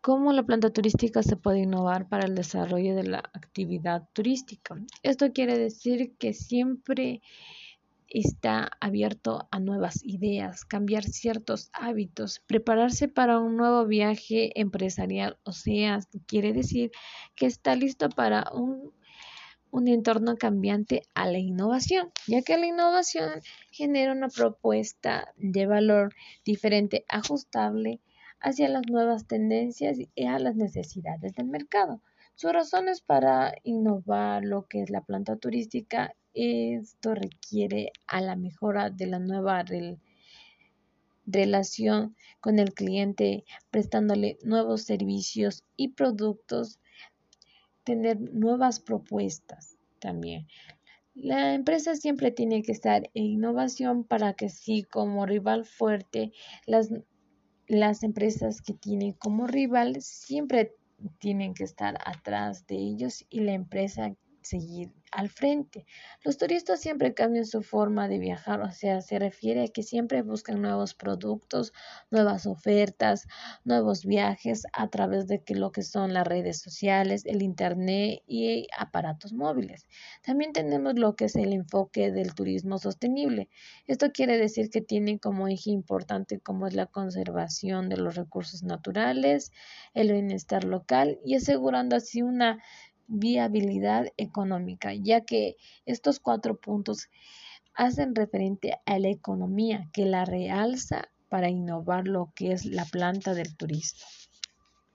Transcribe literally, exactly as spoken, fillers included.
¿Cómo la planta turística se puede innovar para el desarrollo de la actividad turística? Esto quiere decir que siempre está abierto a nuevas ideas, cambiar ciertos hábitos, prepararse para un nuevo viaje empresarial, o sea, quiere decir que está listo para un, un entorno cambiante a la innovación, ya que la innovación genera una propuesta de valor diferente, ajustable hacia las nuevas tendencias y a las necesidades del mercado. Sus razones para innovar lo que es la planta turística, esto requiere a la mejora de la nueva rel- relación con el cliente, prestándole nuevos servicios y productos, tener nuevas propuestas también. La empresa siempre tiene que estar en innovación para que sí, como rival fuerte, las, las empresas que tienen como rival siempre tienen que estar atrás de ellos y la empresa seguir al frente. Los turistas siempre cambian su forma de viajar, o sea, se refiere a que siempre buscan nuevos productos, nuevas ofertas, nuevos viajes a través de que lo que son las redes sociales, el internet y aparatos móviles. También tenemos lo que es el enfoque del turismo sostenible. Esto quiere decir que tienen como eje importante como es la conservación de los recursos naturales, el bienestar local y asegurando así una viabilidad económica, ya que estos cuatro puntos hacen referente a la economía que la realza para innovar lo que es la planta del turismo.